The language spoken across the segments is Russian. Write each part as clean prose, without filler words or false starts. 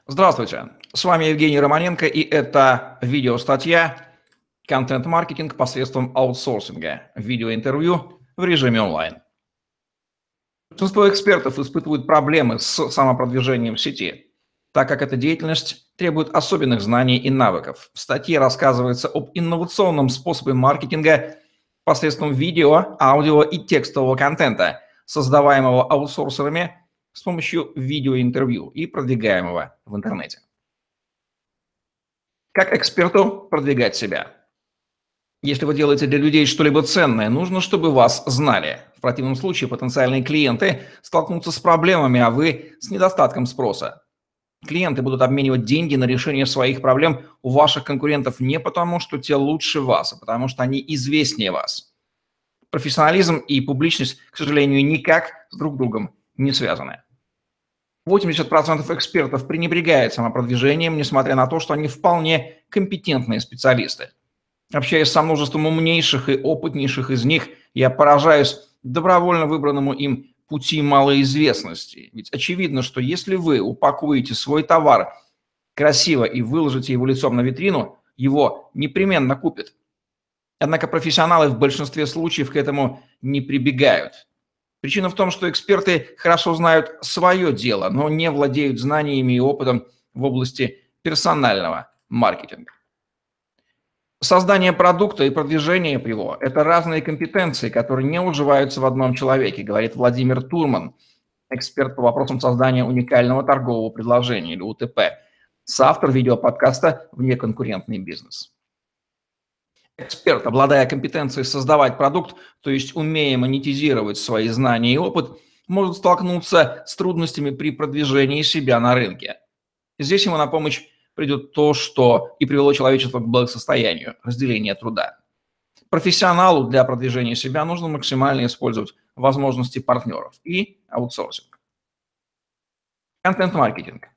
Здравствуйте, с вами Евгений Романенко, и это видеостатья «Контент-маркетинг посредством аутсорсинга. Видеоинтервью в режиме онлайн». Большинство экспертов испытывают проблемы с самопродвижением в сети, так как эта деятельность требует особенных знаний и навыков. В статье рассказывается об инновационном способе маркетинга посредством видео, аудио и текстового контента, создаваемого аутсорсерами с помощью видеоинтервью и продвигаемого в интернете. Как эксперту продвигать себя? Если вы делаете для людей что-либо ценное, нужно, чтобы вас знали. В противном случае потенциальные клиенты столкнутся с проблемами, а вы с недостатком спроса. Клиенты будут обменивать деньги на решение своих проблем у ваших конкурентов не потому, что те лучше вас, а потому что они известнее вас. Профессионализм и публичность, к сожалению, никак с друг другом не связаны. 80% экспертов пренебрегают самопродвижением, несмотря на то, что они вполне компетентные специалисты. Общаясь со множеством умнейших и опытнейших из них, я поражаюсь добровольно выбранному им пути малой известности. Ведь очевидно, что если вы упакуете свой товар красиво и выложите его лицом на витрину, его непременно купят. Однако профессионалы в большинстве случаев к этому не прибегают. Причина в том, что эксперты хорошо знают свое дело, но не владеют знаниями и опытом в области персонального маркетинга. Создание продукта и продвижение его – это разные компетенции, которые не уживаются в одном человеке, говорит Владимир Турман, эксперт по вопросам создания уникального торгового предложения или УТП, соавтор видеоподкаста «Внеконкурентный бизнес». Эксперт, обладая компетенцией создавать продукт, то есть умея монетизировать свои знания и опыт, может столкнуться с трудностями при продвижении себя на рынке. Здесь ему на помощь придет то, что и привело человечество к благосостоянию – разделение труда. Профессионалу для продвижения себя нужно максимально использовать возможности партнеров и аутсорсинг. Контент-маркетинг.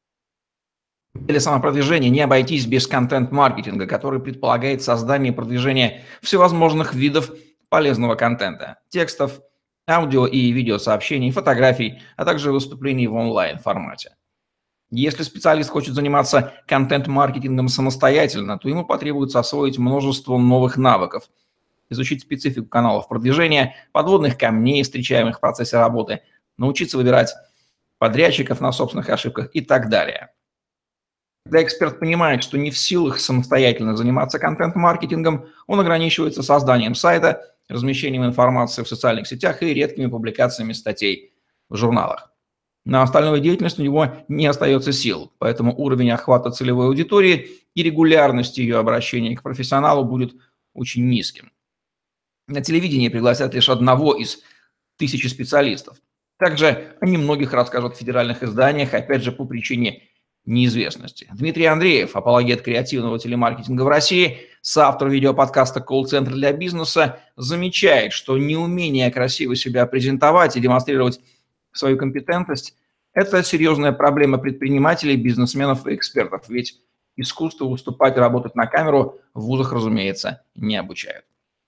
Для самопродвижения не обойтись без контент-маркетинга, который предполагает создание и продвижение всевозможных видов полезного контента, текстов, аудио и видеосообщений, фотографий, а также выступлений в онлайн-формате. Если специалист хочет заниматься контент-маркетингом самостоятельно, то ему потребуется освоить множество новых навыков, изучить специфику каналов продвижения, подводных камней, встречаемых в процессе работы, научиться выбирать подрядчиков на собственных ошибках и так далее. Когда эксперт понимает, что не в силах самостоятельно заниматься контент-маркетингом, он ограничивается созданием сайта, размещением информации в социальных сетях и редкими публикациями статей в журналах. На остальную деятельность у него не остается сил, поэтому уровень охвата целевой аудитории и регулярность ее обращения к профессионалу будет очень низким. На телевидении пригласят лишь одного из 1000 специалистов. Также о немногих расскажут в федеральных изданиях, опять же, по причине неизвестности. Дмитрий Андреев, апологет креативного телемаркетинга в России, соавтор видеоподкаста «Колл-центр для бизнеса», замечает, что неумение красиво себя презентовать и демонстрировать свою компетентность – это серьезная проблема предпринимателей, бизнесменов и экспертов, ведь искусство выступать и работать на камеру в вузах, разумеется, не обучают.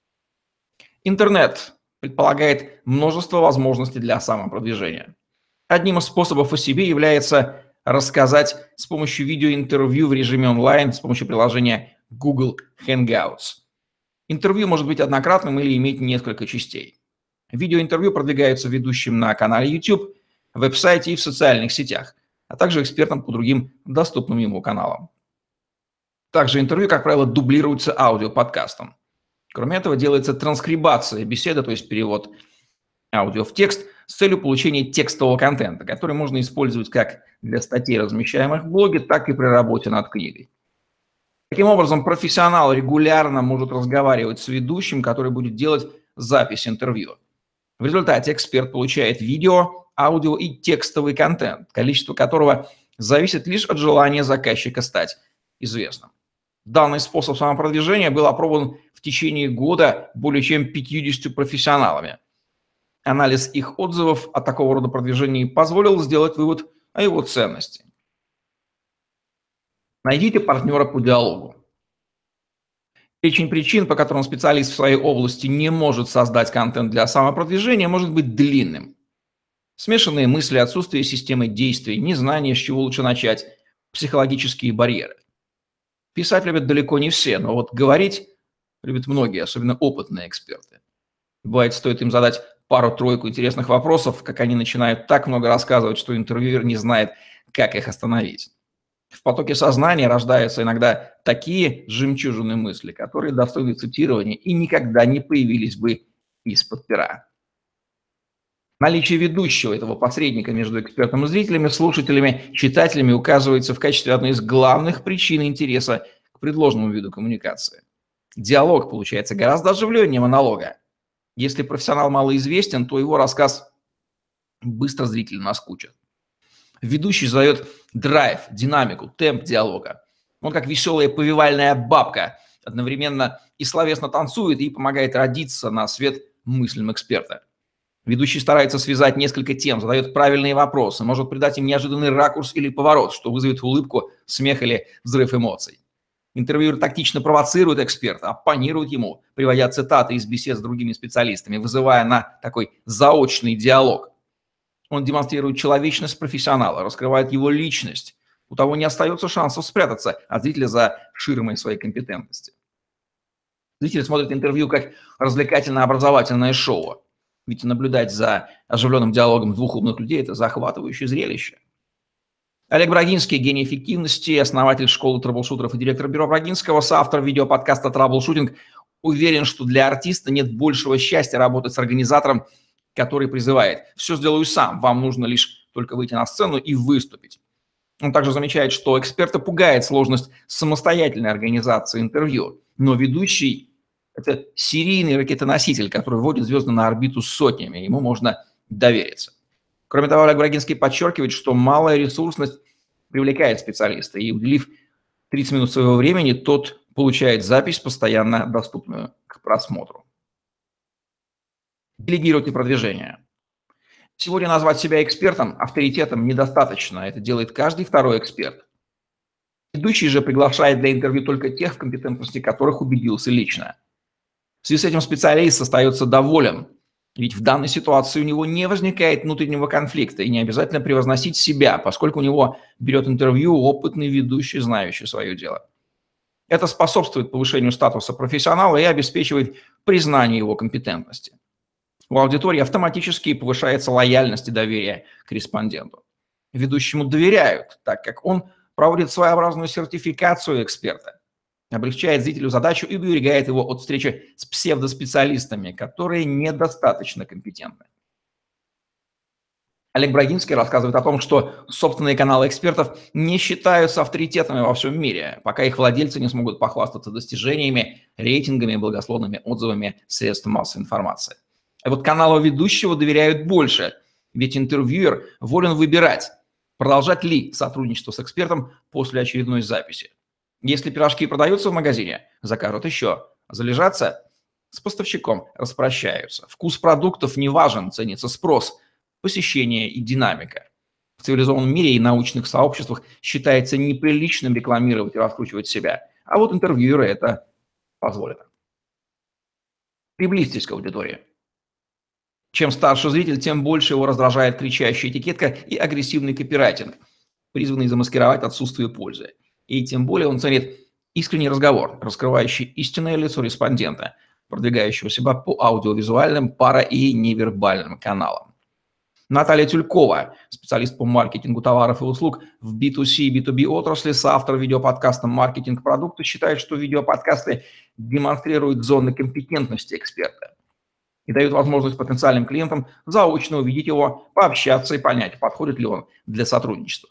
Интернет предполагает множество возможностей для самопродвижения. Одним из способов о себе является рассказать с помощью видеоинтервью в режиме онлайн с помощью приложения Google Hangouts. Интервью может быть однократным или иметь несколько частей. Видеоинтервью продвигаются ведущим на канале YouTube, веб-сайте и в социальных сетях, а также экспертам по другим доступным ему каналам. Также интервью, как правило, дублируется аудиоподкастом. Кроме этого, делается транскрибация беседы, то есть перевод аудио в текст, с целью получения текстового контента, который можно использовать как для статей, размещаемых в блоге, так и при работе над книгой. Таким образом, профессионал регулярно может разговаривать с ведущим, который будет делать запись интервью. В результате эксперт получает видео, аудио и текстовый контент, количество которого зависит лишь от желания заказчика стать известным. Данный способ самопродвижения был опробован в течение года более чем 50 профессионалами. Анализ их отзывов о такого рода продвижении позволил сделать вывод о его ценности. Найдите партнера по диалогу. Перечень причин, по которым специалист в своей области не может создать контент для самопродвижения, может быть длинным. Смешанные мысли, отсутствие системы действий, незнание, с чего лучше начать, психологические барьеры. Писать любят далеко не все, но вот говорить любят многие, особенно опытные эксперты. Бывает, стоит им задать пару-тройку интересных вопросов, как они начинают так много рассказывать, что интервьюер не знает, как их остановить. В потоке сознания рождаются иногда такие жемчужины мысли, которые достойны цитирования и никогда не появились бы из-под пера. Наличие ведущего, этого посредника между экспертом и зрителями, слушателями, читателями указывается в качестве одной из главных причин интереса к предложенному виду коммуникации. Диалог получается гораздо оживленнее монолога. Если профессионал малоизвестен, то его рассказ быстро зрителю наскучит. Ведущий задает драйв, динамику, темп диалога. Он как веселая повивальная бабка, одновременно и словесно танцует, и помогает родиться на свет мыслям эксперта. Ведущий старается связать несколько тем, задает правильные вопросы, может придать им неожиданный ракурс или поворот, что вызовет улыбку, смех или взрыв эмоций. Интервьюер тактично провоцирует эксперта, оппонирует ему, приводя цитаты из бесед с другими специалистами, вызывая на такой заочный диалог. Он демонстрирует человечность профессионала, раскрывает его личность. У того не остается шансов спрятаться от зрителя за ширмой своей компетентности. Зрители смотрят интервью как развлекательно-образовательное шоу. Ведь наблюдать за оживленным диалогом двух умных людей – это захватывающее зрелище. Олег Брагинский, гений эффективности, основатель школы трэблшутеров и директор бюро Брагинского, соавтор видеоподкаста «Траблшутинг», уверен, что для артиста нет большего счастья работать с организатором, который призывает: «Все сделаю сам, вам нужно лишь только выйти на сцену и выступить». Он также замечает, что эксперта пугает сложность самостоятельной организации интервью, но ведущий – это серийный ракетоноситель, который вводит звезды на орбиту с сотнями, ему можно довериться. Кроме того, Олег Брагинский подчеркивает, что малая ресурсность привлекает специалиста, и, уделив 30 минут своего времени, тот получает запись, постоянно доступную к просмотру. Делегировать и продвижение. Сегодня назвать себя экспертом, авторитетом недостаточно, это делает каждый второй эксперт. Ведущий же приглашает для интервью только тех, в компетентности которых убедился лично. В связи с этим специалист остается доволен, ведь в данной ситуации у него не возникает внутреннего конфликта и не обязательно превозносить себя, поскольку у него берет интервью опытный ведущий, знающий свое дело. Это способствует повышению статуса профессионала и обеспечивает признание его компетентности. У аудитории автоматически повышается лояльность и доверие к респонденту. Ведущему доверяют, так как он проводит своеобразную сертификацию эксперта, облегчает зрителю задачу и уберегает его от встречи с псевдоспециалистами, которые недостаточно компетентны. Олег Брагинский рассказывает о том, что собственные каналы экспертов не считаются авторитетами во всем мире, пока их владельцы не смогут похвастаться достижениями, рейтингами, благосклонными отзывами средств массовой информации. А вот каналу ведущего доверяют больше, ведь интервьюер волен выбирать, продолжать ли сотрудничество с экспертом после очередной записи. Если пирожки продаются в магазине, закажут еще. Залежаться с поставщиком распрощаются. Вкус продуктов не важен, ценится спрос, посещение и динамика. В цивилизованном мире и научных сообществах считается неприличным рекламировать и раскручивать себя, а вот интервьюеры это позволят. Приблизьтесь к аудитории. Чем старше зритель, тем больше его раздражает кричащая этикетка и агрессивный копирайтинг, призванный замаскировать отсутствие пользы. И тем более он ценит искренний разговор, раскрывающий истинное лицо респондента, продвигающего себя по аудиовизуальным, пара- и невербальным каналам. Наталья Тюлькова, специалист по маркетингу товаров и услуг в B2C и B2B отрасли, соавтор видеоподкаста «Маркетинг продукта», считает, что видеоподкасты демонстрируют зоны компетентности эксперта и дают возможность потенциальным клиентам заочно увидеть его, пообщаться и понять, подходит ли он для сотрудничества.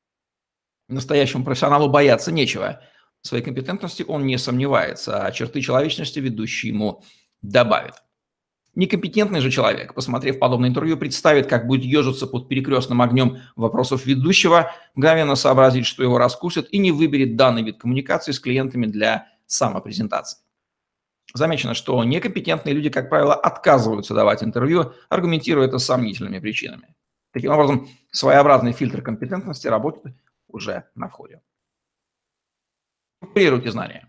Настоящему профессионалу бояться нечего. В своей компетентности он не сомневается, а черты человечности ведущий ему добавит. Некомпетентный же человек, посмотрев подобное интервью, представит, как будет ежиться под перекрестным огнем вопросов ведущего, мгновенно сообразит, что его раскусят, и не выберет данный вид коммуникации с клиентами для самопрезентации. Замечено, что некомпетентные люди, как правило, отказываются давать интервью, аргументируя это сомнительными причинами. Таким образом, своеобразный фильтр компетентности работает уже на входе. Структурируйте знания.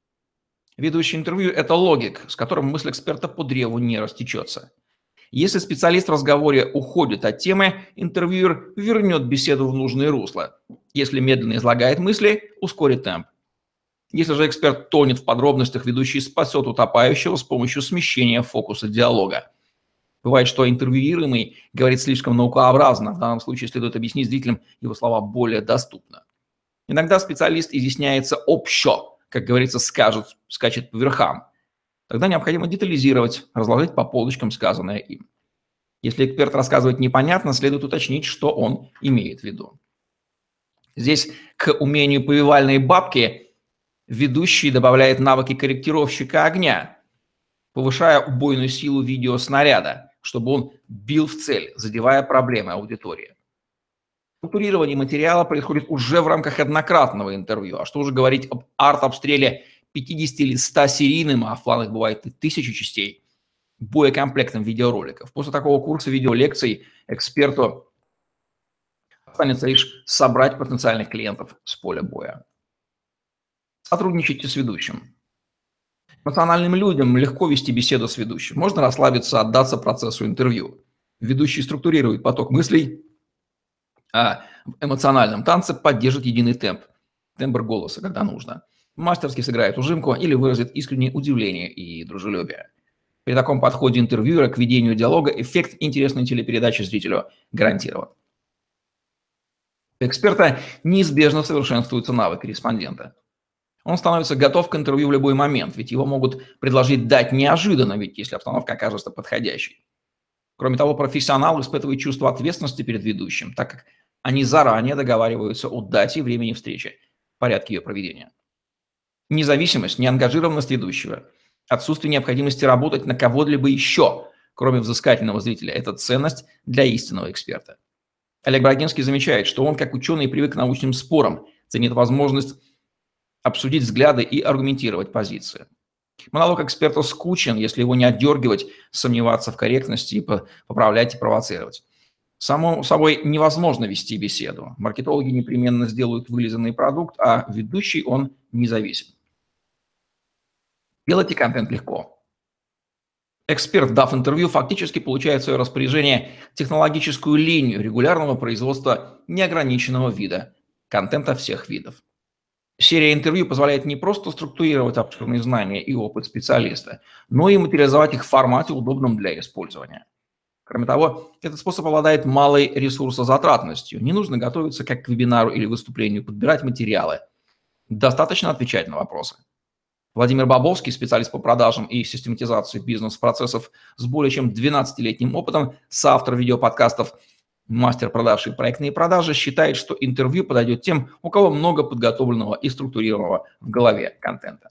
Ведущий интервью – это логик, с которым мысль эксперта по древу не растечется. Если специалист в разговоре уходит от темы, интервьюер вернет беседу в нужное русло. Если медленно излагает мысли, ускорит темп. Если же эксперт тонет в подробностях, ведущий спасет утопающего с помощью смещения фокуса диалога. Бывает, что интервьюируемый говорит слишком наукообразно. В данном случае следует объяснить зрителям его слова более доступно. Иногда специалист изъясняется общо, как говорится, скачет по верхам. Тогда необходимо детализировать, разложить по полочкам сказанное им. Если эксперт рассказывает непонятно, следует уточнить, что он имеет в виду. Здесь к умению повивальной бабки ведущий добавляет навыки корректировщика огня, повышая убойную силу видеоснаряда, чтобы он бил в цель, задевая проблемы аудитории. Структурирование материала происходит уже в рамках однократного интервью. А что уже говорить об арт-обстреле 50 или 100 серийным, а в планах бывает и 1000 частей, боекомплектом видеороликов. После такого курса видеолекций эксперту останется лишь собрать потенциальных клиентов с поля боя. Сотрудничайте с ведущим. Эмоциональным людям легко вести беседу с ведущим. Можно расслабиться, отдаться процессу интервью. Ведущий структурирует поток мыслей, а в эмоциональном танце поддержит единый тембр голоса, когда нужно. Мастерски сыграет ужимку или выразит искреннее удивление и дружелюбие. При таком подходе интервьюера к ведению диалога эффект интересной телепередачи зрителю гарантирован. У эксперта неизбежно совершенствуется навык респондента. Он становится готов к интервью в любой момент, ведь его могут предложить дать неожиданно, ведь если обстановка окажется подходящей. Кроме того, профессионал испытывает чувство ответственности перед ведущим, так как они заранее договариваются о дате и времени встречи, порядке ее проведения. Независимость, неангажированность ведущего, отсутствие необходимости работать на кого-либо еще, кроме взыскательного зрителя – это ценность для истинного эксперта. Олег Брагинский замечает, что он, как ученый, привык к научным спорам, ценит возможность обсудить взгляды и аргументировать позиции. Монолог эксперта скучен, если его не отдергивать, сомневаться в корректности и поправлять и провоцировать. Само собой, невозможно вести беседу. Маркетологи непременно сделают вылизанный продукт, а ведущий он независим. Делайте контент легко. Эксперт, дав интервью, фактически получает в свое распоряжение технологическую линию регулярного производства неограниченного вида, контента всех видов. Серия интервью позволяет не просто структурировать обширные знания и опыт специалиста, но и материализовать их в формате, удобном для использования. Кроме того, этот способ обладает малой ресурсозатратностью. Не нужно готовиться как к вебинару или выступлению, подбирать материалы. Достаточно отвечать на вопросы. Владимир Бобовский, специалист по продажам и систематизации бизнес-процессов с более чем 12-летним опытом, соавтор видеоподкастов «Мастер продаж и проектные продажи», считает, что интервью подойдет тем, у кого много подготовленного и структурированного в голове контента.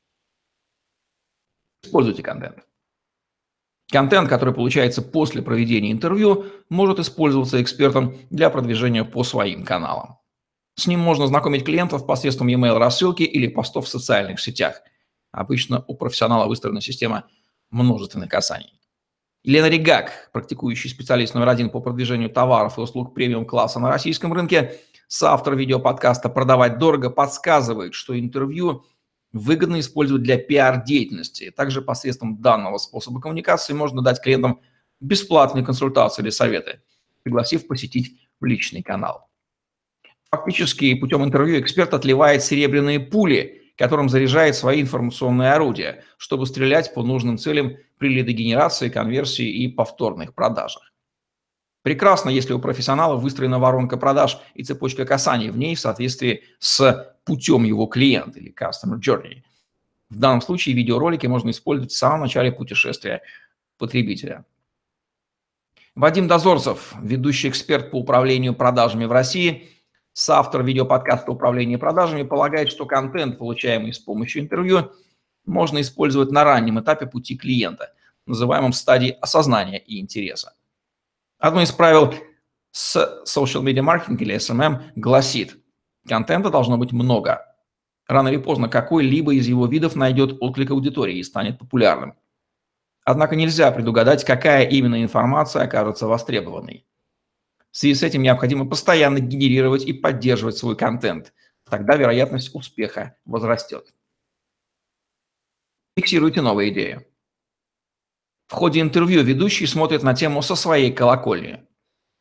Используйте контент. Контент, который получается после проведения интервью, может использоваться экспертом для продвижения по своим каналам. С ним можно знакомить клиентов посредством e-mail рассылки или постов в социальных сетях. Обычно у профессионала выстроена система множественных касаний. Елена Ригак, практикующий специалист номер 1 по продвижению товаров и услуг премиум-класса на российском рынке, соавтор видеоподкаста «Продавать дорого», подсказывает, что интервью выгодно использовать для пиар-деятельности. Также посредством данного способа коммуникации можно дать клиентам бесплатные консультации или советы, пригласив посетить в личный канал. Фактически путем интервью эксперт отливает серебряные пули, которым заряжает свои информационные орудия, чтобы стрелять по нужным целям при лидогенерации, конверсии и повторных продажах. Прекрасно, если у профессионала выстроена воронка продаж и цепочка касаний в ней в соответствии с путем его клиента или customer journey. В данном случае видеоролики можно использовать в самом начале путешествия потребителя. Вадим Дозорцев, ведущий эксперт по управлению продажами в России, соавтор видеоподкаста «Управление продажами», полагает, что контент, получаемый с помощью интервью, можно использовать на раннем этапе пути клиента, называемом стадии осознания и интереса. Одно из правил с social media marketing или SMM гласит: контента должно быть много. Рано или поздно какой-либо из его видов найдет отклик аудитории и станет популярным. Однако нельзя предугадать, какая именно информация окажется востребованной. В связи с этим необходимо постоянно генерировать и поддерживать свой контент. Тогда вероятность успеха возрастет. Фиксируйте новые идеи. В ходе интервью ведущий смотрит на тему со своей колокольни.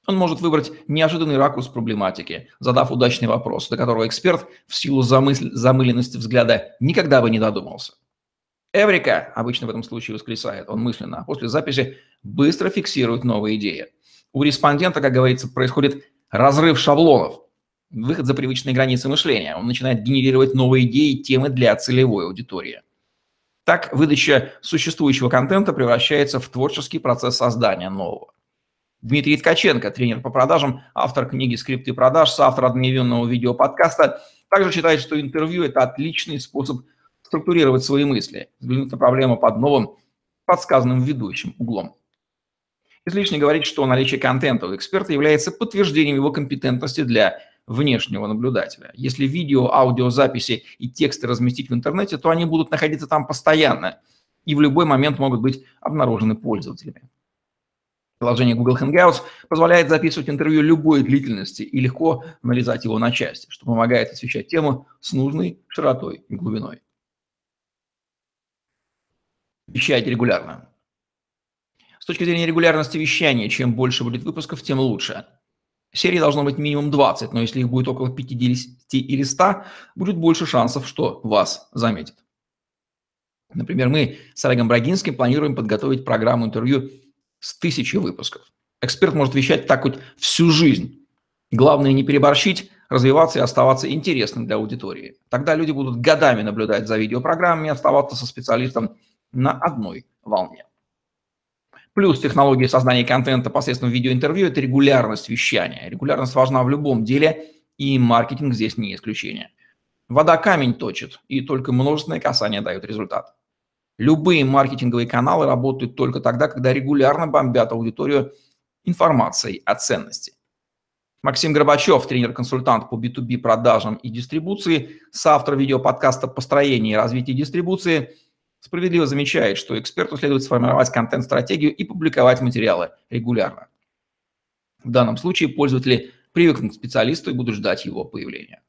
Он может выбрать неожиданный ракурс проблематики, задав удачный вопрос, до которого эксперт в силу замыленности взгляда никогда бы не додумался. Эврика, обычно в этом случае восклицает он мысленно, а после записи быстро фиксирует новые идеи. У респондента, как говорится, происходит разрыв шаблонов, выход за привычные границы мышления. Он начинает генерировать новые идеи и темы для целевой аудитории. Так, выдача существующего контента превращается в творческий процесс создания нового. Дмитрий Ткаченко, тренер по продажам, автор книги «Скрипты продаж», соавтор одноименного видеоподкаста, также считает, что интервью – это отличный способ структурировать свои мысли, взглянуть на проблему под новым, подсказанным ведущим углом. Излишне говорить, что наличие контента у эксперта является подтверждением его компетентности для внешнего наблюдателя. Если видео, аудиозаписи и тексты разместить в интернете, то они будут находиться там постоянно и в любой момент могут быть обнаружены пользователями. Приложение Google Hangouts позволяет записывать интервью любой длительности и легко нарезать его на части, что помогает освещать тему с нужной широтой и глубиной. Вещайте регулярно. С точки зрения регулярности вещания, чем больше будет выпусков, тем лучше. Серий должно быть минимум 20, но если их будет около 50 или 100, будет больше шансов, что вас заметят. Например, мы с Олегом Брагинским планируем подготовить программу интервью с 1000 выпусков. Эксперт может вещать так хоть всю жизнь. Главное не переборщить, развиваться и оставаться интересным для аудитории. Тогда люди будут годами наблюдать за видеопрограммами и оставаться со специалистом на одной волне. Плюс технологии создания контента посредством видеоинтервью – это регулярность вещания. Регулярность важна в любом деле, и маркетинг здесь не исключение. Вода камень точит, и только множественные касания дают результат. Любые маркетинговые каналы работают только тогда, когда регулярно бомбят аудиторию информацией о ценности. Максим Горбачев, тренер-консультант по B2B продажам и дистрибуции, соавтор видеоподкаста «Построение и развитие дистрибуции», справедливо замечает, что эксперту следует сформировать контент-стратегию и публиковать материалы регулярно. В данном случае пользователи привыкнут к специалисту и будут ждать его появления.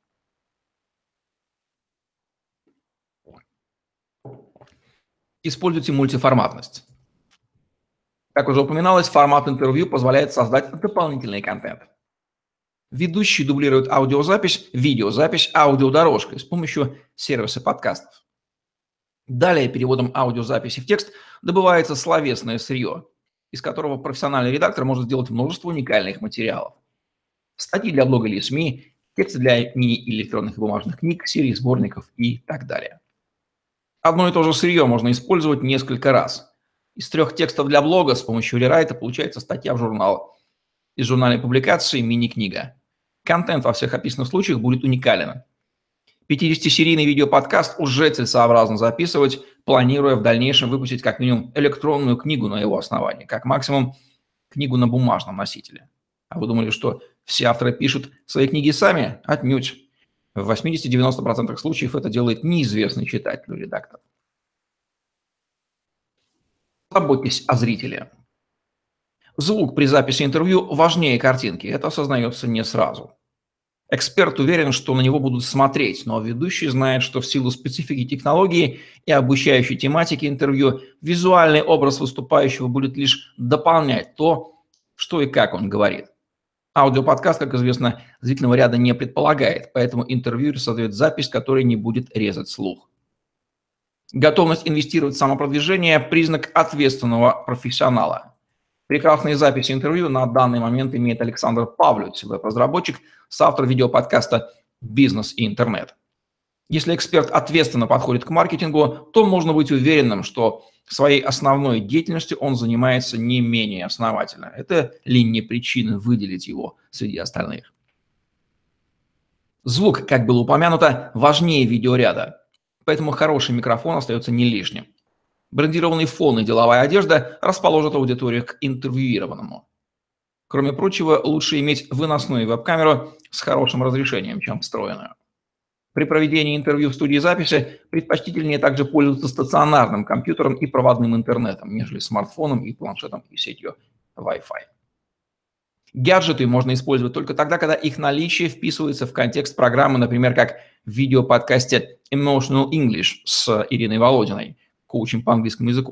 Используйте мультиформатность. Как уже упоминалось, формат интервью позволяет создать дополнительный контент. Ведущий дублирует аудиозапись, видеозапись аудиодорожкой с помощью сервиса подкастов. Далее переводом аудиозаписи в текст добывается словесное сырье, из которого профессиональный редактор может сделать множество уникальных материалов. Статьи для блога или СМИ, тексты для мини-электронных и бумажных книг, серии сборников и так далее. Одно и то же сырье можно использовать несколько раз. Из 3 текстов для блога с помощью рерайта получается статья в журнал. Из журнальной публикации мини-книга. Контент во всех описанных случаях будет уникален. 50-серийный видеоподкаст уже целесообразно записывать, планируя в дальнейшем выпустить как минимум электронную книгу на его основании, как максимум книгу на бумажном носителе. А вы думали, что все авторы пишут свои книги сами? Отнюдь. В 80-90% случаев это делает неизвестный читателю редактор. Заботьтесь о зрителе. Звук при записи интервью важнее картинки. Это осознается не сразу. Эксперт уверен, что на него будут смотреть, но ведущий знает, что в силу специфики технологии и обучающей тематики интервью визуальный образ выступающего будет лишь дополнять то, что и как он говорит. Аудиоподкаст, как известно, зрительного ряда не предполагает, поэтому интервьюер создает запись, которая не будет резать слух. Готовность инвестировать в самопродвижение – признак ответственного профессионала. Прекрасные записи интервью на данный момент имеет Александр Павлюц, веб-разработчик, соавтор видеоподкаста «Бизнес и интернет». Если эксперт ответственно подходит к маркетингу, то можно быть уверенным, что своей основной деятельностью он занимается не менее основательно. Это ли не причина выделить его среди остальных? Звук, как было упомянуто, важнее видеоряда, поэтому хороший микрофон остается не лишним. Брендированный фон и деловая одежда расположат аудиторию к интервьюированному. Кроме прочего, лучше иметь выносную веб-камеру с хорошим разрешением, чем встроенную. При проведении интервью в студии записи предпочтительнее также пользоваться стационарным компьютером и проводным интернетом, нежели смартфоном и планшетом и сетью Wi-Fi. Гаджеты можно использовать только тогда, когда их наличие вписывается в контекст программы, например, как в видеоподкасте Emotional English с Ириной Володиной, коучем по английскому языку,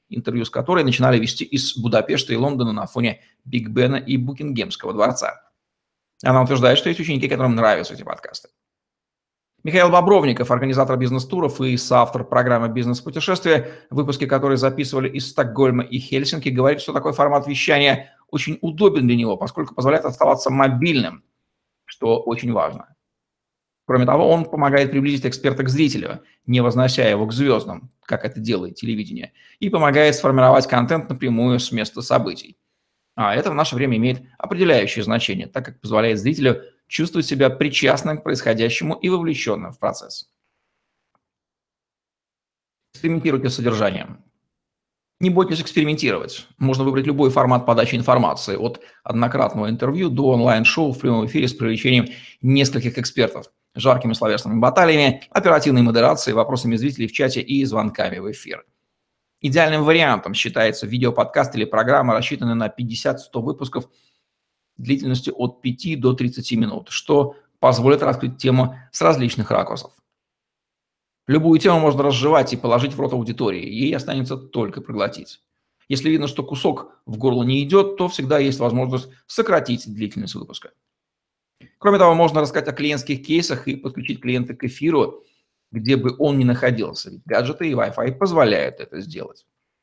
интервью с которой начинали вести из Будапешта и Лондона на фоне Биг Бена и Букингемского дворца. Она утверждает, что есть ученики, которым нравятся эти подкасты. Михаил Бобровников, организатор бизнес-туров и соавтор программы «Бизнес-путешествия», выпуски которой записывали из Стокгольма и Хельсинки, говорит, что такой формат вещания очень удобен для него, поскольку позволяет оставаться мобильным, что очень важно. Кроме того, он помогает приблизить эксперта к зрителю, не вознося его к звездам, как это делает телевидение, и помогает сформировать контент напрямую с места событий. А это в наше время имеет определяющее значение, так как позволяет зрителю чувствовать себя причастным к происходящему и вовлеченным в процесс. Экспериментируйте с содержанием. Не бойтесь экспериментировать. Можно выбрать любой формат подачи информации, от однократного интервью до онлайн-шоу в прямом эфире с привлечением нескольких экспертов, жаркими словесными баталиями, оперативной модерацией, вопросами зрителей в чате и звонками в эфир. Идеальным вариантом считается видеоподкаст или программа, рассчитанная на 50-100 выпусков длительностью от 5 до 30 минут, что позволит раскрыть тему с различных ракурсов. Любую тему можно разжевать и положить в рот аудитории, ей останется только проглотить. Если видно, что кусок в горло не идет, то всегда есть возможность сократить длительность выпуска. Кроме того, можно рассказать о клиентских кейсах и подключить клиента к эфиру, где бы он ни находился, ведь гаджеты и Wi-Fi позволяют это сделать.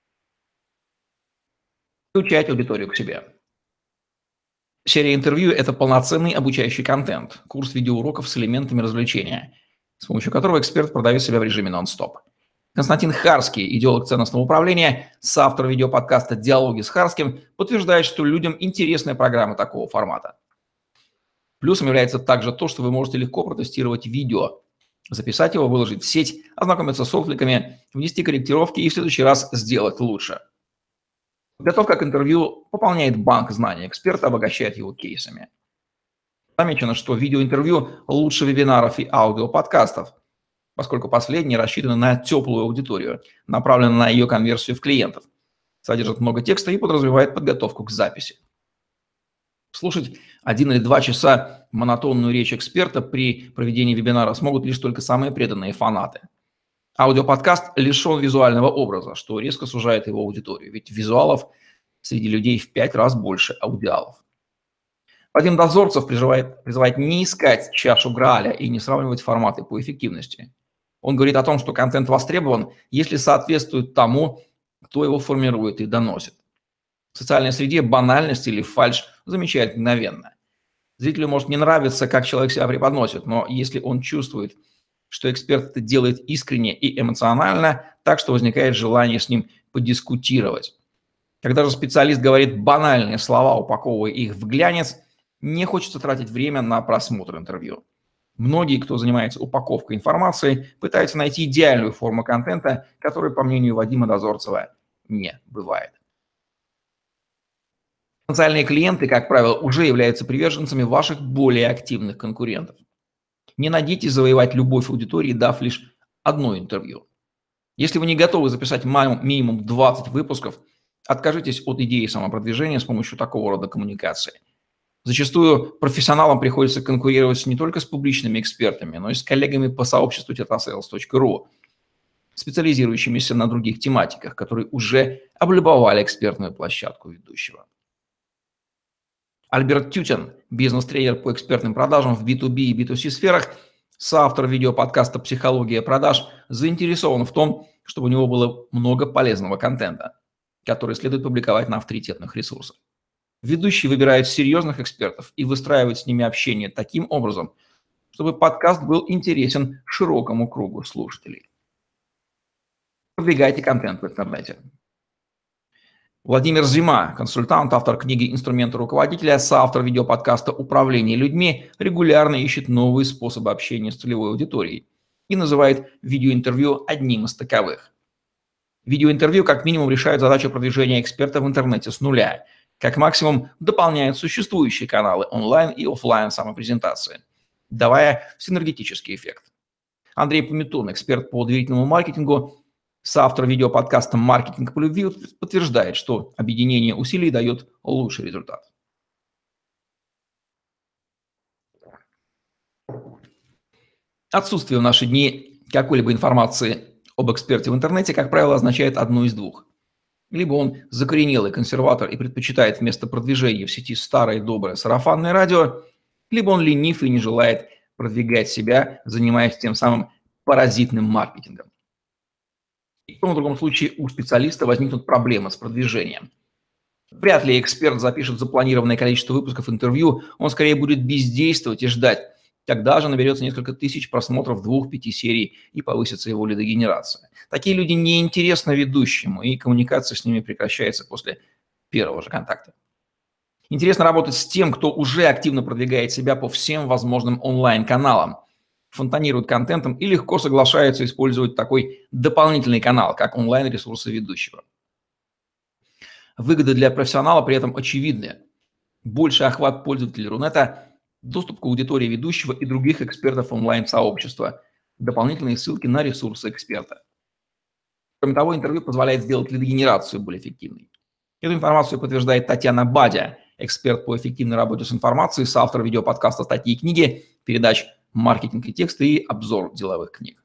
Включать аудиторию к себе. Серия интервью – это полноценный обучающий контент, курс видеоуроков с элементами развлечения, с помощью которого эксперт продает себя в режиме нон-стоп. Константин Харский, идеолог ценностного управления, соавтор видеоподкаста «Диалоги с Харским», подтверждает, что людям интересны программы такого формата. Плюсом является также то, что вы можете легко протестировать видео, записать его, выложить в сеть, ознакомиться с откликами, внести корректировки и в следующий раз сделать лучше. Подготовка к интервью пополняет банк знаний эксперта, обогащает его кейсами. Замечено, что видеоинтервью лучше вебинаров и аудиоподкастов, поскольку последние рассчитаны на теплую аудиторию, направлены на ее конверсию в клиентов, содержит много текста и подразумевает подготовку к записи. Слушать 1 или 2 часа монотонную речь эксперта при проведении вебинара смогут лишь только самые преданные фанаты. Аудиоподкаст лишен визуального образа, что резко сужает его аудиторию, ведь визуалов среди людей в 5 раз больше аудиалов. Вадим Дозорцев призывает не искать чашу Грааля и не сравнивать форматы по эффективности. Он говорит о том, что контент востребован, если соответствует тому, кто его формирует и доносит. В социальной среде банальность или фальшь замечает мгновенно. Зрителю может не нравиться, как человек себя преподносит, но если он чувствует, что эксперт это делает искренне и эмоционально, так что возникает желание с ним подискутировать. Когда же специалист говорит банальные слова, упаковывая их в глянец, не хочется тратить время на просмотр интервью. Многие, кто занимается упаковкой информации, пытаются найти идеальную форму контента, которой, по мнению Вадима Дозорцева, не бывает. Потенциальные клиенты, как правило, уже являются приверженцами ваших более активных конкурентов. Не надейтесь завоевать любовь аудитории, дав лишь одно интервью. Если вы не готовы записать минимум 20 выпусков, откажитесь от идеи самопродвижения с помощью такого рода коммуникации. Зачастую профессионалам приходится конкурировать не только с публичными экспертами, но и с коллегами по сообществу tetrasales.ru, специализирующимися на других тематиках, которые уже облюбовали экспертную площадку ведущего. Альберт Тютин, бизнес-тренер по экспертным продажам в B2B и B2C сферах, соавтор видеоподкаста «Психология продаж», заинтересован в том, чтобы у него было много полезного контента, который следует публиковать на авторитетных ресурсах. Ведущий выбирает серьезных экспертов и выстраивает с ними общение таким образом, чтобы подкаст был интересен широкому кругу слушателей. Продвигайте контент в интернете. Владимир Зима, консультант, автор книги «Инструменты руководителя», соавтор видеоподкаста «Управление людьми», регулярно ищет новые способы общения с целевой аудиторией и называет видеоинтервью одним из таковых. Видеоинтервью как минимум решают задачу продвижения эксперта в интернете с нуля, как максимум дополняют существующие каналы онлайн и офлайн самопрезентации, давая синергетический эффект. Андрей Пометун, эксперт по доверительному маркетингу, соавтор видеоподкаста «Маркетинг по любви», подтверждает, что объединение усилий дает лучший результат. Отсутствие в наши дни какой-либо информации об эксперте в интернете, как правило, означает одно из двух. Либо он закоренелый консерватор и предпочитает вместо продвижения в сети старое доброе сарафанное радио, либо он ленив и не желает продвигать себя, занимаясь тем самым паразитным маркетингом. И в том и другом случае у специалиста возникнут проблемы с продвижением. Вряд ли эксперт запишет запланированное количество выпусков интервью, он скорее будет бездействовать и ждать. Тогда же наберется несколько тысяч просмотров 2-5 серий и повысится его лидогенерация. Такие люди неинтересны ведущему, и коммуникация с ними прекращается после первого же контакта. Интересно работать с тем, кто уже активно продвигает себя по всем возможным онлайн-каналам, фонтанирует контентом и легко соглашается использовать такой дополнительный канал, как онлайн-ресурсы ведущего. Выгоды для профессионала при этом очевидны. Больший охват пользователей Рунета, доступ к аудитории ведущего и других экспертов онлайн-сообщества, дополнительные ссылки на ресурсы эксперта. Кроме того, интервью позволяет сделать лидогенерацию более эффективной. Эту информацию подтверждает Татьяна Бадя, эксперт по эффективной работе с информацией, соавтор видеоподкаста «Статьи и книги», передач «Маркетинг и тексты» и «Обзор деловых книг».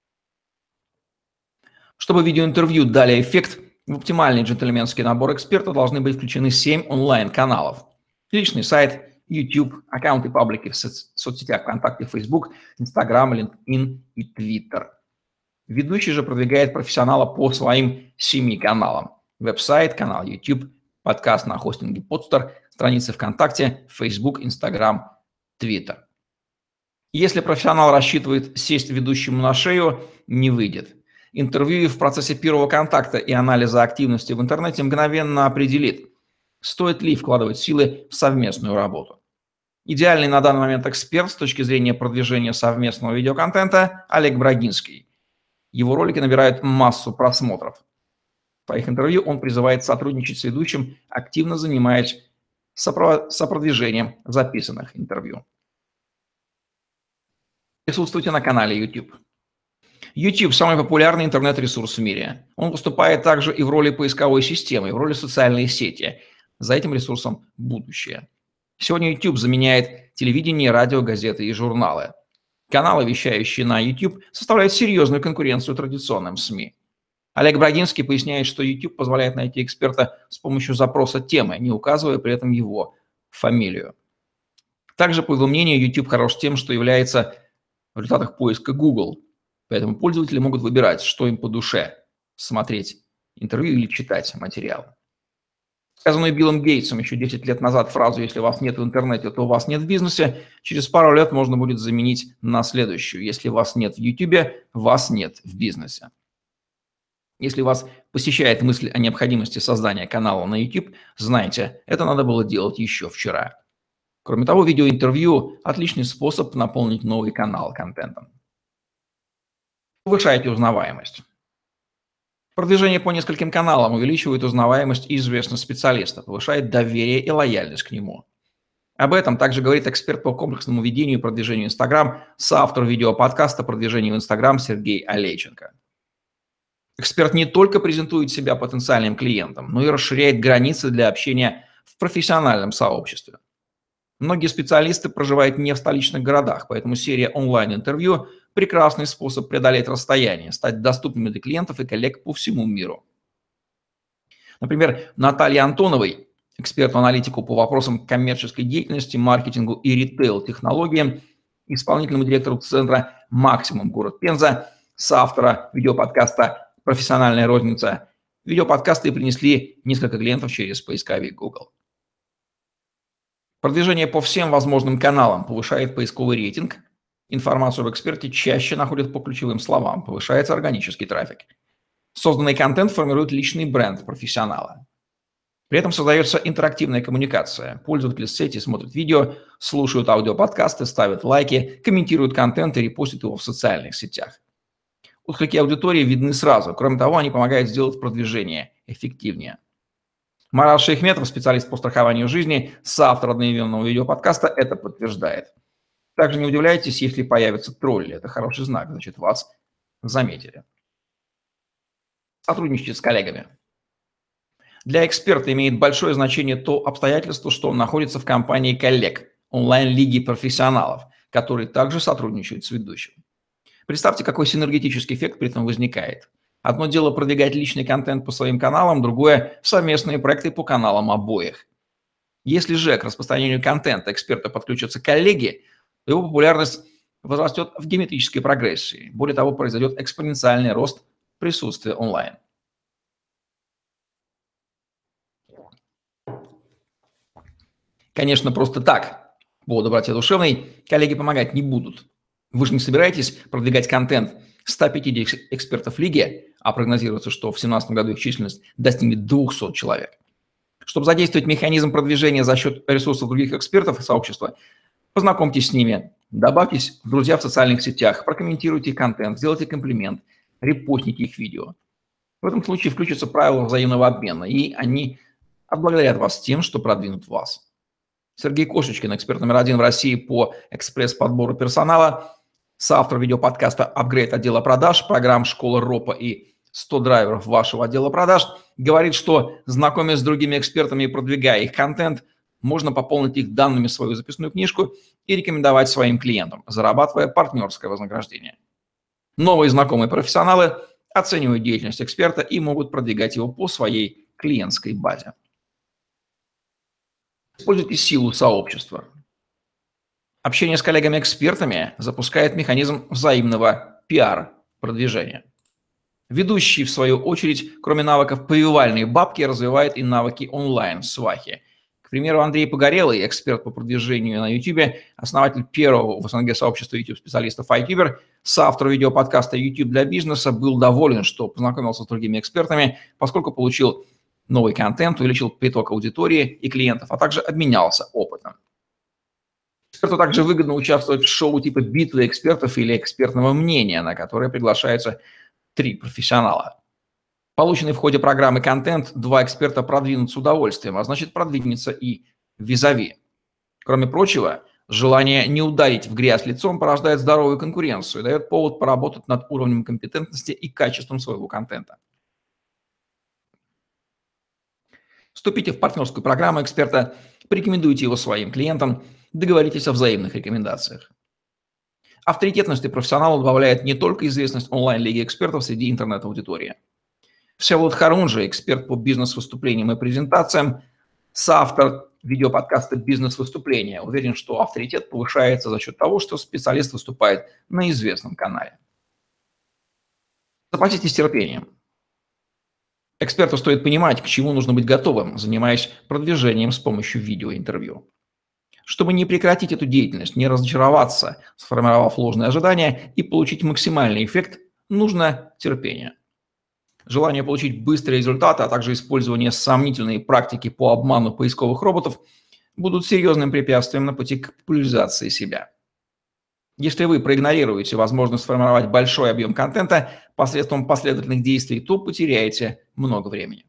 Чтобы видеоинтервью дали эффект, в оптимальный джентльменский набор эксперта должны быть включены 7 онлайн-каналов. Личный сайт, YouTube, аккаунты паблики в соцсетях ВКонтакте, Facebook, Instagram, LinkedIn и Twitter. Ведущий же продвигает профессионала по своим 7 каналам. Веб-сайт, канал YouTube, подкаст на хостинге Podster, страницы ВКонтакте, Facebook, Instagram, Twitter. Если профессионал рассчитывает сесть ведущему на шею, не выйдет. Интервью в процессе первого контакта и анализа активности в интернете мгновенно определит, стоит ли вкладывать силы в совместную работу. Идеальный на данный момент эксперт с точки зрения продвижения совместного видеоконтента – Олег Брагинский. Его ролики набирают массу просмотров. По их интервью он призывает сотрудничать с ведущим, активно занимаясь сопродвижением записанных интервью. Присутствуйте на канале YouTube. YouTube – самый популярный интернет-ресурс в мире. Он выступает также и в роли поисковой системы, и в роли социальной сети. За этим ресурсом будущее. Сегодня YouTube заменяет телевидение, радио, газеты и журналы. Каналы, вещающие на YouTube, составляют серьезную конкуренцию традиционным СМИ. Олег Брагинский поясняет, что YouTube позволяет найти эксперта с помощью запроса темы, не указывая при этом его фамилию. Также, по его мнению, YouTube хорош тем, что является в результатах поиска Google. Поэтому пользователи могут выбирать, что им по душе – смотреть интервью или читать материал. Сказанную Биллом Гейтсом еще 10 лет назад фразу «если вас нет в интернете, то вас нет в бизнесе» через пару лет можно будет заменить на следующую: «если вас нет в YouTube, вас нет в бизнесе». Если вас посещает мысль о необходимости создания канала на YouTube, знайте, это надо было делать еще вчера. Кроме того, видеоинтервью – отличный способ наполнить новый канал контентом. Повышайте узнаваемость. Продвижение по нескольким каналам увеличивает узнаваемость и известность специалиста, повышает доверие и лояльность к нему. Об этом также говорит эксперт по комплексному ведению и продвижению Instagram, соавтор видеоподкаста «Продвижение в Instagram» Сергей Алейченко. Эксперт не только презентует себя потенциальным клиентам, но и расширяет границы для общения в профессиональном сообществе. Многие специалисты проживают не в столичных городах, поэтому серия онлайн-интервью – прекрасный способ преодолеть расстояние, стать доступными для клиентов и коллег по всему миру. Например, Наталье Антоновой, эксперту-аналитику по вопросам коммерческой деятельности, маркетингу и ритейл-технологиям, исполнительному директору центра «Максимум» город Пенза, соавтора видеоподкаста «Профессиональная розница». Видеоподкасты принесли несколько клиентов через поисковик Google. Продвижение по всем возможным каналам повышает поисковый рейтинг. Информацию об эксперте чаще находят по ключевым словам, повышается органический трафик. Созданный контент формирует личный бренд профессионала. При этом создается интерактивная коммуникация. Пользователи сети смотрят видео, слушают аудиоподкасты, ставят лайки, комментируют контент и репостят его в социальных сетях. Отклики аудитории видны сразу. Кроме того, они помогают сделать продвижение эффективнее. Марат Шейхметов, специалист по страхованию жизни, соавтор одноименного видеоподкаста, это подтверждает. Также не удивляйтесь, если появятся тролли. Это хороший знак, значит, вас заметили. Сотрудничайте с коллегами. Для эксперта имеет большое значение то обстоятельство, что он находится в компании коллег, онлайн-лиги профессионалов, которые также сотрудничают с ведущим. Представьте, какой синергетический эффект при этом возникает. Одно дело продвигать личный контент по своим каналам, другое – совместные проекты по каналам обоих. Если же к распространению контента эксперта подключатся коллеги, то его популярность возрастет в геометрической прогрессии. Более того, произойдет экспоненциальный рост присутствия онлайн. Конечно, просто так, по доброте душевной, коллеги помогать не будут. Вы же не собираетесь продвигать контент 150 экспертов лиги, а прогнозируется, что в 2017 году их численность достигнет 200 человек. Чтобы задействовать механизм продвижения за счет ресурсов других экспертов и сообщества, познакомьтесь с ними, добавьтесь в друзья в социальных сетях, прокомментируйте их контент, сделайте комплимент, репостните их видео. В этом случае включится правило взаимного обмена, и они отблагодарят вас тем, что продвинут вас. Сергей Кошечкин, эксперт номер 1 в России по экспресс-подбору персонала, соавтор видеоподкаста «Апгрейд отдела продаж», программ «Школа РОПа» и 100 драйверов вашего отдела продаж, говорит, что, знакомясь с другими экспертами и продвигая их контент, можно пополнить их данными в свою записную книжку и рекомендовать своим клиентам, зарабатывая партнерское вознаграждение. Новые знакомые профессионалы оценивают деятельность эксперта и могут продвигать его по своей клиентской базе. Используйте силу сообщества. Общение с коллегами-экспертами запускает механизм взаимного пиар-продвижения. Ведущий, в свою очередь, кроме навыков повивальной бабки, развивает и навыки онлайн-свахи. К примеру, Андрей Погорелый, эксперт по продвижению на YouTube, основатель первого в СНГ сообщества YouTube-специалистов iTuber, соавтор видеоподкаста YouTube для бизнеса, был доволен, что познакомился с другими экспертами, поскольку получил новый контент, увеличил приток аудитории и клиентов, а также обменялся опытом. Эксперту также выгодно участвовать в шоу типа «Битвы экспертов» или «Экспертного мнения», на которое приглашаются 3 профессионала. Полученный в ходе программы контент 2 эксперта продвинут с удовольствием, а значит продвинется и визави. Кроме прочего, желание не ударить в грязь лицом порождает здоровую конкуренцию и дает повод поработать над уровнем компетентности и качеством своего контента. Вступите в партнерскую программу эксперта, порекомендуйте его своим клиентам, договоритесь о взаимных рекомендациях. Авторитетность профессионала добавляет не только известность онлайн-лиги экспертов среди интернет-аудитории. Всеволод Харунжи, эксперт по бизнес-выступлениям и презентациям, соавтор видеоподкаста «Бизнес-выступления», уверен, что авторитет повышается за счет того, что специалист выступает на известном канале. Запаситесь терпением. Эксперту стоит понимать, к чему нужно быть готовым, занимаясь продвижением с помощью видеоинтервью. Чтобы не прекратить эту деятельность, не разочароваться, сформировав ложные ожидания и получить максимальный эффект, нужно терпение. Желание получить быстрые результаты, а также использование сомнительной практики по обману поисковых роботов будут серьезным препятствием на пути к популяризации себя. Если вы проигнорируете возможность сформировать большой объем контента посредством последовательных действий, то потеряете много времени.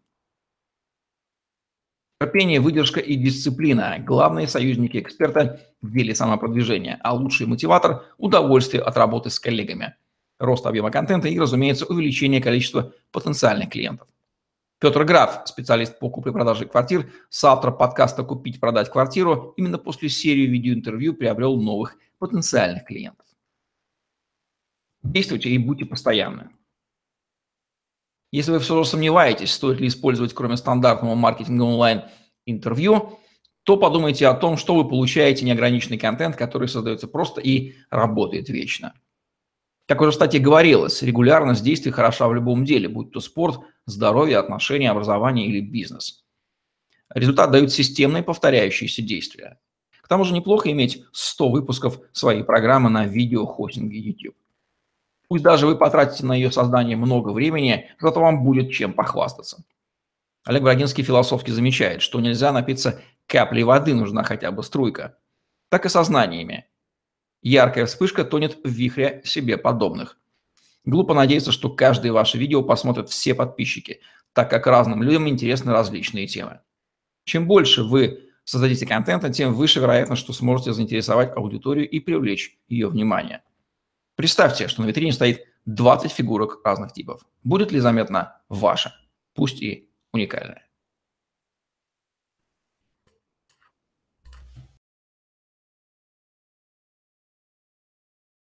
Терпение, выдержка и дисциплина – главные союзники эксперта в деле самопродвижения, а лучший мотиватор – удовольствие от работы с коллегами, рост объема контента и, разумеется, увеличение количества потенциальных клиентов. Петр Граф, специалист по купле-продаже квартир, соавтор подкаста «Купить-продать квартиру», именно после серии видеоинтервью приобрел новых потенциальных клиентов. Действуйте и будьте постоянны. Если вы все же сомневаетесь, стоит ли использовать кроме стандартного маркетинга онлайн интервью, то подумайте о том, что вы получаете неограниченный контент, который создается просто и работает вечно. Как уже в статье говорилось, регулярность действий хороша в любом деле, будь то спорт, здоровье, отношения, образование или бизнес. Результат дают системные повторяющиеся действия. К тому же неплохо иметь 100 выпусков своей программы на видеохостинге YouTube. Пусть даже вы потратите на ее создание много времени, зато вам будет чем похвастаться. Олег Брагинский философски замечает, что нельзя напиться каплей воды, нужна хотя бы струйка. Так и со знаниями. Яркая вспышка тонет в вихре себе подобных. Глупо надеяться, что каждое ваше видео посмотрят все подписчики, так как разным людям интересны различные темы. Чем больше вы создадите контента, тем выше вероятность, что сможете заинтересовать аудиторию и привлечь ее внимание. Представьте, что на витрине стоит 20 фигурок разных типов. Будет ли заметна ваша, пусть и уникальная?